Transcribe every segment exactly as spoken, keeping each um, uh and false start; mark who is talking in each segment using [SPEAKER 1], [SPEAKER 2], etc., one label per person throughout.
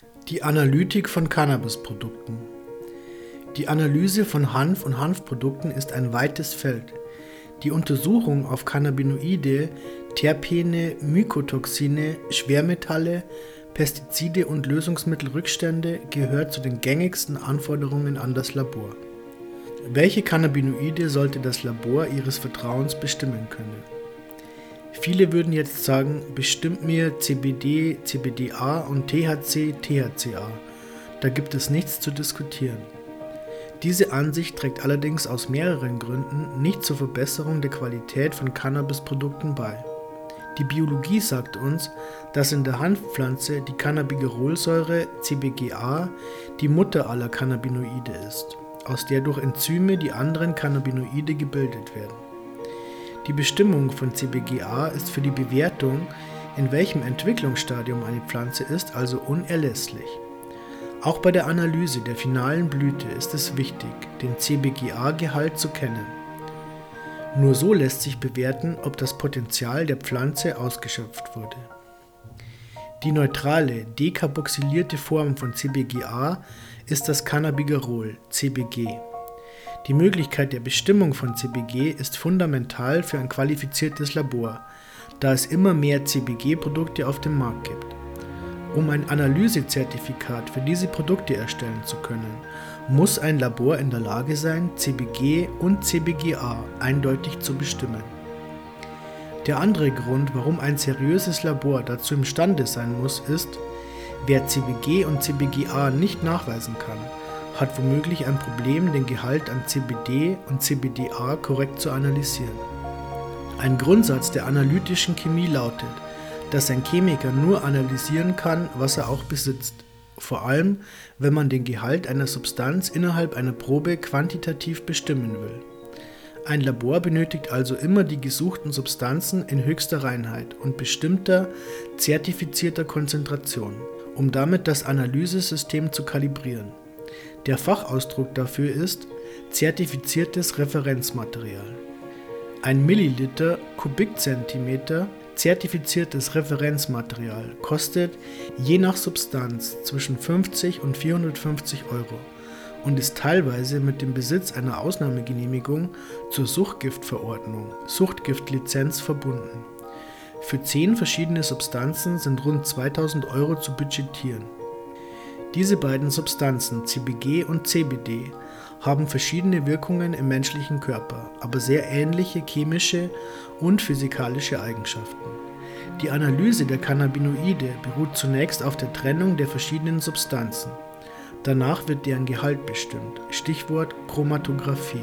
[SPEAKER 1] Die Analytik von Cannabisprodukten. Die Analyse von Hanf und Hanfprodukten ist ein weites Feld. Die Untersuchung auf Cannabinoide, Terpene, Mykotoxine, Schwermetalle, Pestizide und Lösungsmittelrückstände gehört zu den gängigsten Anforderungen an das Labor. Welche Cannabinoide sollte das Labor Ihres Vertrauens bestimmen können? Viele würden jetzt sagen, bestimmt mir C B D, C B D A und T H C, T H C A. Da gibt es nichts zu diskutieren. Diese Ansicht trägt allerdings aus mehreren Gründen nicht zur Verbesserung der Qualität von Cannabisprodukten bei. Die Biologie sagt uns, dass in der Hanfpflanze die Cannabigerolsäure C B G A die Mutter aller Cannabinoide ist, aus der durch Enzyme die anderen Cannabinoide gebildet werden. Die Bestimmung von C B G A ist für die Bewertung, in welchem Entwicklungsstadium eine Pflanze ist, also unerlässlich. Auch bei der Analyse der finalen Blüte ist es wichtig, den C B G A-Gehalt zu kennen. Nur so lässt sich bewerten, ob das Potenzial der Pflanze ausgeschöpft wurde. Die neutrale, dekarboxylierte Form von C B G A ist das Cannabigerol, C B G. Die Möglichkeit der Bestimmung von C B G ist fundamental für ein qualifiziertes Labor, da es immer mehr C B G-Produkte auf dem Markt gibt. Um ein Analysezertifikat für diese Produkte erstellen zu können, muss ein Labor in der Lage sein, C B G und C B G A eindeutig zu bestimmen. Der andere Grund, warum ein seriöses Labor dazu imstande sein muss, ist, wer C B G und C B G A nicht nachweisen kann, hat womöglich ein Problem, den Gehalt an C B D und C B D A korrekt zu analysieren. Ein Grundsatz der analytischen Chemie lautet, dass ein Chemiker nur analysieren kann, was er auch besitzt, vor allem, wenn man den Gehalt einer Substanz innerhalb einer Probe quantitativ bestimmen will. Ein Labor benötigt also immer die gesuchten Substanzen in höchster Reinheit und bestimmter, zertifizierter Konzentration, um damit das Analysesystem zu kalibrieren. Der Fachausdruck dafür ist zertifiziertes Referenzmaterial. Ein Milliliter Kubikzentimeter zertifiziertes Referenzmaterial kostet je nach Substanz zwischen fünfzig und vierhundertfünfzig Euro und ist teilweise mit dem Besitz einer Ausnahmegenehmigung zur Suchtgiftverordnung, Suchtgiftlizenz verbunden. Für zehn verschiedene Substanzen sind rund zweitausend Euro zu budgetieren. Diese beiden Substanzen, C B G und C B D, haben verschiedene Wirkungen im menschlichen Körper, aber sehr ähnliche chemische und physikalische Eigenschaften. Die Analyse der Cannabinoide beruht zunächst auf der Trennung der verschiedenen Substanzen. Danach wird deren Gehalt bestimmt, Stichwort Chromatographie.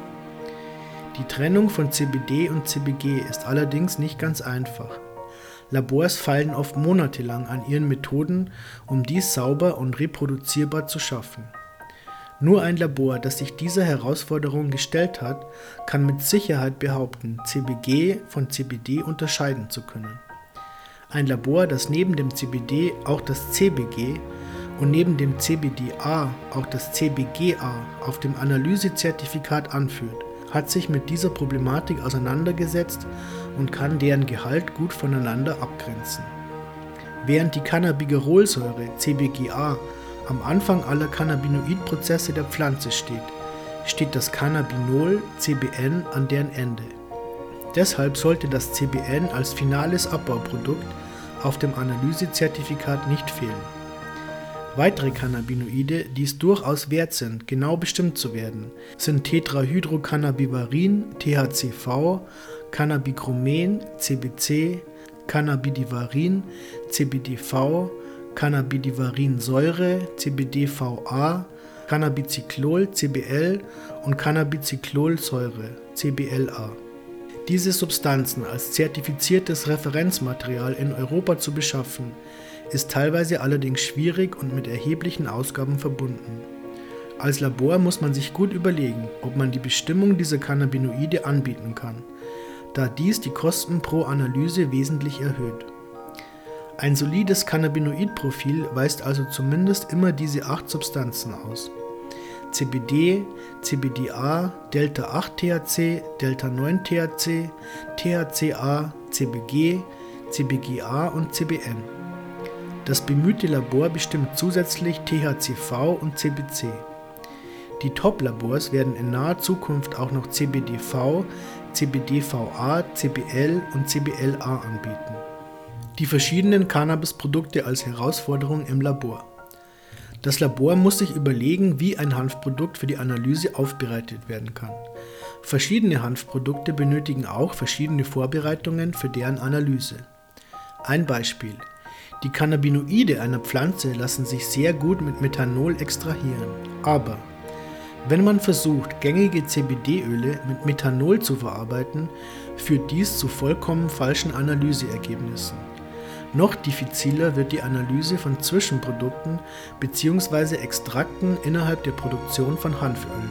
[SPEAKER 1] Die Trennung von C B D und C B G ist allerdings nicht ganz einfach. Labors feilen oft monatelang an ihren Methoden, um dies sauber und reproduzierbar zu schaffen. Nur ein Labor, das sich dieser Herausforderung gestellt hat, kann mit Sicherheit behaupten, C B G von C B D unterscheiden zu können. Ein Labor, das neben dem C B D auch das C B G und neben dem C B D A auch das C B G A auf dem Analysezertifikat anführt, hat sich mit dieser Problematik auseinandergesetzt und kann deren Gehalt gut voneinander abgrenzen. Während die Cannabigerolsäure C B G A am Anfang aller Cannabinoidprozesse der Pflanze steht, steht das Cannabinol C B N an deren Ende. Deshalb sollte das C B N als finales Abbauprodukt auf dem Analysezertifikat nicht fehlen. Weitere Cannabinoide, die es durchaus wert sind, genau bestimmt zu werden, sind Tetrahydrocannabivarin, T H C V, Cannabichromen, C B C, Cannabidivarin, C B D V, Cannabidivarinsäure, C B D V A, Cannabicyclol, C B L und Cannabicyclolsäure, C B L A. Diese Substanzen als zertifiziertes Referenzmaterial in Europa zu beschaffen, ist teilweise allerdings schwierig und mit erheblichen Ausgaben verbunden. Als Labor muss man sich gut überlegen, ob man die Bestimmung dieser Cannabinoide anbieten kann, da dies die Kosten pro Analyse wesentlich erhöht. Ein solides Cannabinoidprofil weist also zumindest immer diese acht Substanzen aus: C B D, C B D A, Delta acht T H C, Delta neun T H C, T H C A, C B G, C B G A und C B N. Das bemühte Labor bestimmt zusätzlich T H C V und C B C. Die Top-Labors werden in naher Zukunft auch noch C B D V, C B D V A, C B L und C B L A anbieten. Die verschiedenen Cannabisprodukte als Herausforderung im Labor. Das Labor muss sich überlegen, wie ein Hanfprodukt für die Analyse aufbereitet werden kann. Verschiedene Hanfprodukte benötigen auch verschiedene Vorbereitungen für deren Analyse. Ein Beispiel: Die Cannabinoide einer Pflanze lassen sich sehr gut mit Methanol extrahieren, aber wenn man versucht, gängige C B D-Öle mit Methanol zu verarbeiten, führt dies zu vollkommen falschen Analyseergebnissen. Noch diffiziler wird die Analyse von Zwischenprodukten bzw. Extrakten innerhalb der Produktion von Hanföl.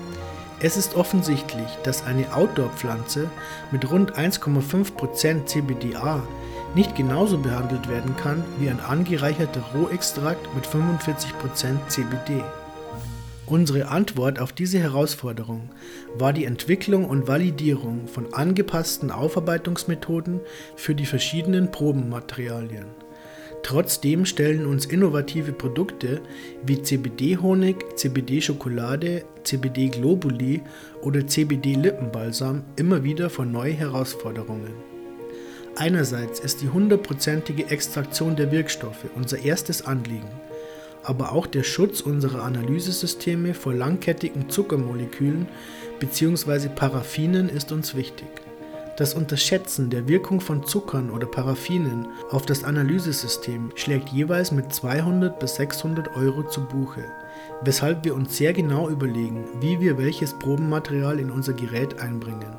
[SPEAKER 1] Es ist offensichtlich, dass eine Outdoor-Pflanze mit rund eins Komma fünf Prozent C B D A nicht genauso behandelt werden kann wie ein angereicherter Rohextrakt mit fünfundvierzig Prozent C B D. Unsere Antwort auf diese Herausforderung war die Entwicklung und Validierung von angepassten Aufarbeitungsmethoden für die verschiedenen Probenmaterialien. Trotzdem stellen uns innovative Produkte wie C B D-Honig, C B D-Schokolade, C B D-Globuli oder C B D-Lippenbalsam immer wieder vor neue Herausforderungen. Einerseits ist die hundertprozentige Extraktion der Wirkstoffe unser erstes Anliegen, aber auch der Schutz unserer Analysesysteme vor langkettigen Zuckermolekülen bzw. Paraffinen ist uns wichtig. Das Unterschätzen der Wirkung von Zuckern oder Paraffinen auf das Analysesystem schlägt jeweils mit zweihundert bis sechshundert Euro zu Buche, weshalb wir uns sehr genau überlegen, wie wir welches Probenmaterial in unser Gerät einbringen.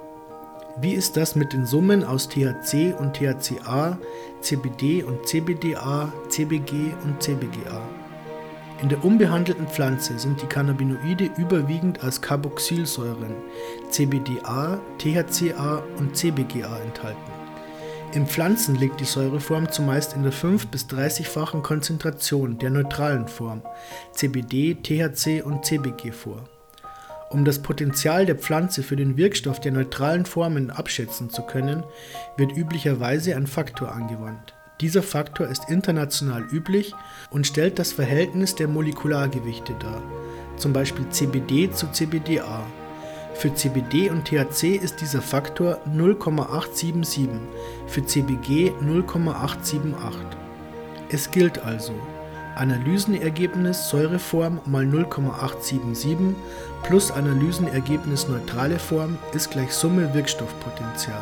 [SPEAKER 1] Wie ist das mit den Summen aus T H C und T H C A, C B D und C B D A, C B G und C B G A? In der unbehandelten Pflanze sind die Cannabinoide überwiegend als Carboxylsäuren C B D A, T H C A und C B G A enthalten. Im Pflanzen liegt die Säureform zumeist in der fünf- bis dreißigfachen Konzentration der neutralen Form C B D, T H C und C B G vor. Um das Potenzial der Pflanze für den Wirkstoff der neutralen Formen abschätzen zu können, wird üblicherweise ein Faktor angewandt. Dieser Faktor ist international üblich und stellt das Verhältnis der Molekulargewichte dar, zum Beispiel C B D zu C B D A. Für C B D und T H C ist dieser Faktor null Komma acht sieben sieben, für C B G null Komma acht sieben acht. Es gilt also: Analysenergebnis Säureform mal null Komma acht sieben sieben plus Analysenergebnis neutrale Form ist gleich Summe Wirkstoffpotential.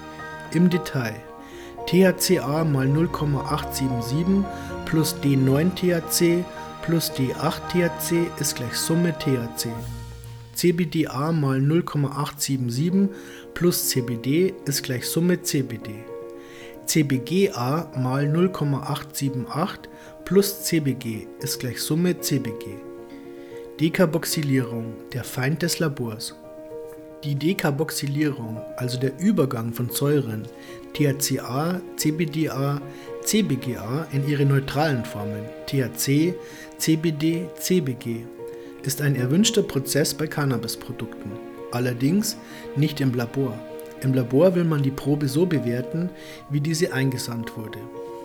[SPEAKER 1] Im Detail: T H C A mal null Komma acht sieben sieben plus D neun T H C plus D acht T H C ist gleich Summe T H C. C B D A mal null Komma acht sieben sieben plus C B D ist gleich Summe C B D. C B G A mal null Komma acht sieben acht plus C B G ist gleich Summe C B G. Dekarboxylierung, der Feind des Labors. Die Dekarboxylierung, also der Übergang von Säuren T H C A, C B D A, C B G A in ihre neutralen Formen T H C, C B D, C B G, ist ein erwünschter Prozess bei Cannabisprodukten, allerdings nicht im Labor. Im Labor will man die Probe so bewerten, wie diese eingesandt wurde.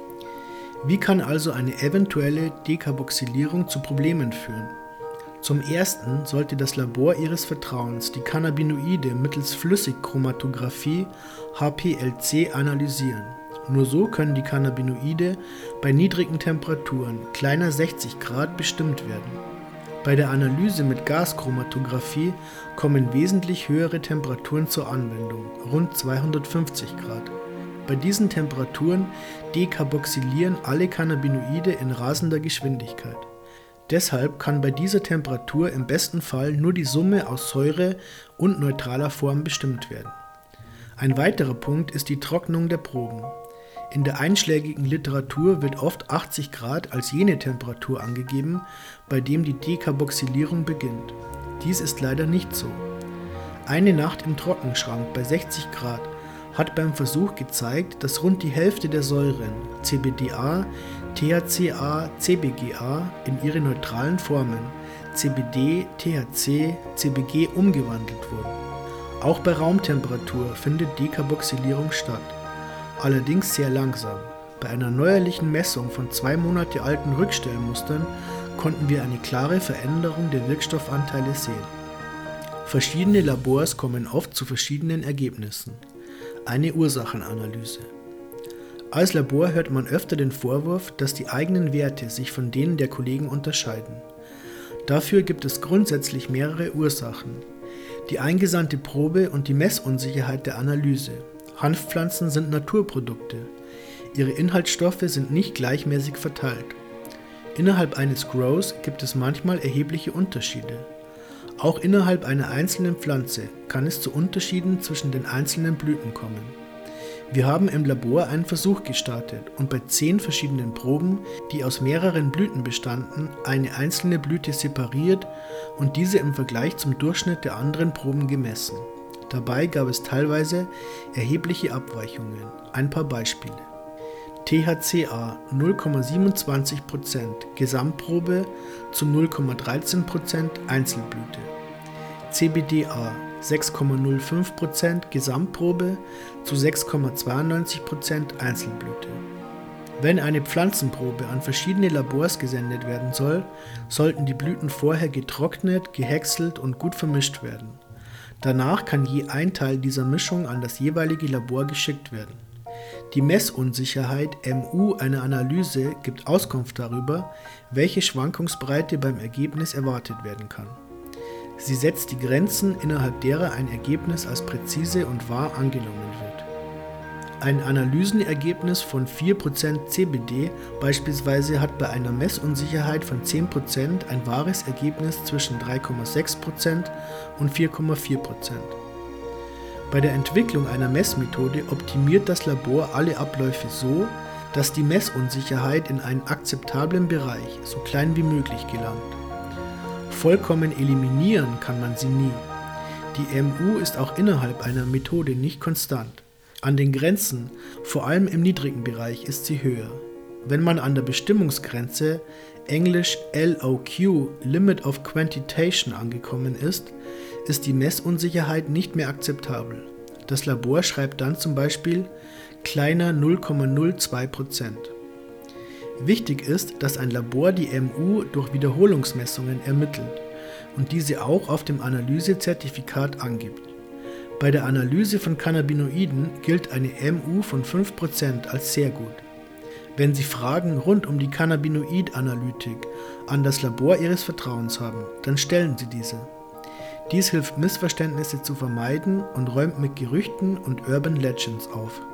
[SPEAKER 1] Wie kann also eine eventuelle Dekarboxylierung zu Problemen führen? Zum Ersten sollte das Labor Ihres Vertrauens die Cannabinoide mittels Flüssigchromatographie H P L C analysieren. Nur so können die Cannabinoide bei niedrigen Temperaturen, kleiner sechzig Grad, bestimmt werden. Bei der Analyse mit Gaschromatographie kommen wesentlich höhere Temperaturen zur Anwendung, rund zweihundertfünfzig Grad. Bei diesen Temperaturen dekarboxylieren alle Cannabinoide in rasender Geschwindigkeit. Deshalb kann bei dieser Temperatur im besten Fall nur die Summe aus Säure und neutraler Form bestimmt werden. Ein weiterer Punkt ist die Trocknung der Proben. In der einschlägigen Literatur wird oft achtzig Grad als jene Temperatur angegeben, bei dem die Dekarboxylierung beginnt. Dies ist leider nicht so. Eine Nacht im Trockenschrank bei sechzig Grad hat beim Versuch gezeigt, dass rund die Hälfte der Säuren C B D A, T H C A, C B G A in ihre neutralen Formen C B D, T H C, C B G umgewandelt wurden. Auch bei Raumtemperatur findet Dekarboxylierung statt, allerdings sehr langsam. Bei einer neuerlichen Messung von zwei Monate alten Rückstellmustern konnten wir eine klare Veränderung der Wirkstoffanteile sehen. Verschiedene Labors kommen oft zu verschiedenen Ergebnissen. Eine Ursachenanalyse. Als Labor hört man öfter den Vorwurf, dass die eigenen Werte sich von denen der Kollegen unterscheiden. Dafür gibt es grundsätzlich mehrere Ursachen. Die eingesandte Probe und die Messunsicherheit der Analyse. Hanfpflanzen sind Naturprodukte. Ihre Inhaltsstoffe sind nicht gleichmäßig verteilt. Innerhalb eines Grows gibt es manchmal erhebliche Unterschiede. Auch innerhalb einer einzelnen Pflanze kann es zu Unterschieden zwischen den einzelnen Blüten kommen. Wir haben im Labor einen Versuch gestartet und bei zehn verschiedenen Proben, die aus mehreren Blüten bestanden, eine einzelne Blüte separiert und diese im Vergleich zum Durchschnitt der anderen Proben gemessen. Dabei gab es teilweise erhebliche Abweichungen. Ein paar Beispiele. T H C A null Komma siebenundzwanzig Prozent Gesamtprobe zu null Komma dreizehn Prozent Einzelblüte. C B D A sechs Komma null fünf Prozent Gesamtprobe zu sechs Komma zweiundneunzig Prozent Einzelblüte. Wenn eine Pflanzenprobe an verschiedene Labors gesendet werden soll, sollten die Blüten vorher getrocknet, gehäckselt und gut vermischt werden. Danach kann je ein Teil dieser Mischung an das jeweilige Labor geschickt werden. Die Messunsicherheit M U einer Analyse gibt Auskunft darüber, welche Schwankungsbreite beim Ergebnis erwartet werden kann. Sie setzt die Grenzen, innerhalb derer ein Ergebnis als präzise und wahr angenommen wird. Ein Analysenergebnis von vier Prozent C B D beispielsweise hat bei einer Messunsicherheit von zehn Prozent ein wahres Ergebnis zwischen drei Komma sechs Prozent und vier Komma vier Prozent. Bei der Entwicklung einer Messmethode optimiert das Labor alle Abläufe so, dass die Messunsicherheit in einen akzeptablen Bereich, so klein wie möglich, gelangt. Vollkommen eliminieren kann man sie nie. Die M U ist auch innerhalb einer Methode nicht konstant. An den Grenzen, vor allem im niedrigen Bereich, ist sie höher. Wenn man an der Bestimmungsgrenze, englisch L O Q, Limit of Quantitation, angekommen ist, ist die Messunsicherheit nicht mehr akzeptabel. Das Labor schreibt dann zum Beispiel kleiner null Komma null zwei Prozent. Wichtig ist, dass ein Labor die M U durch Wiederholungsmessungen ermittelt und diese auch auf dem Analysezertifikat angibt. Bei der Analyse von Cannabinoiden gilt eine M U von fünf Prozent als sehr gut. Wenn Sie Fragen rund um die Cannabinoid-Analytik an das Labor Ihres Vertrauens haben, dann stellen Sie diese. Dies hilft, Missverständnisse zu vermeiden und räumt mit Gerüchten und Urban Legends auf.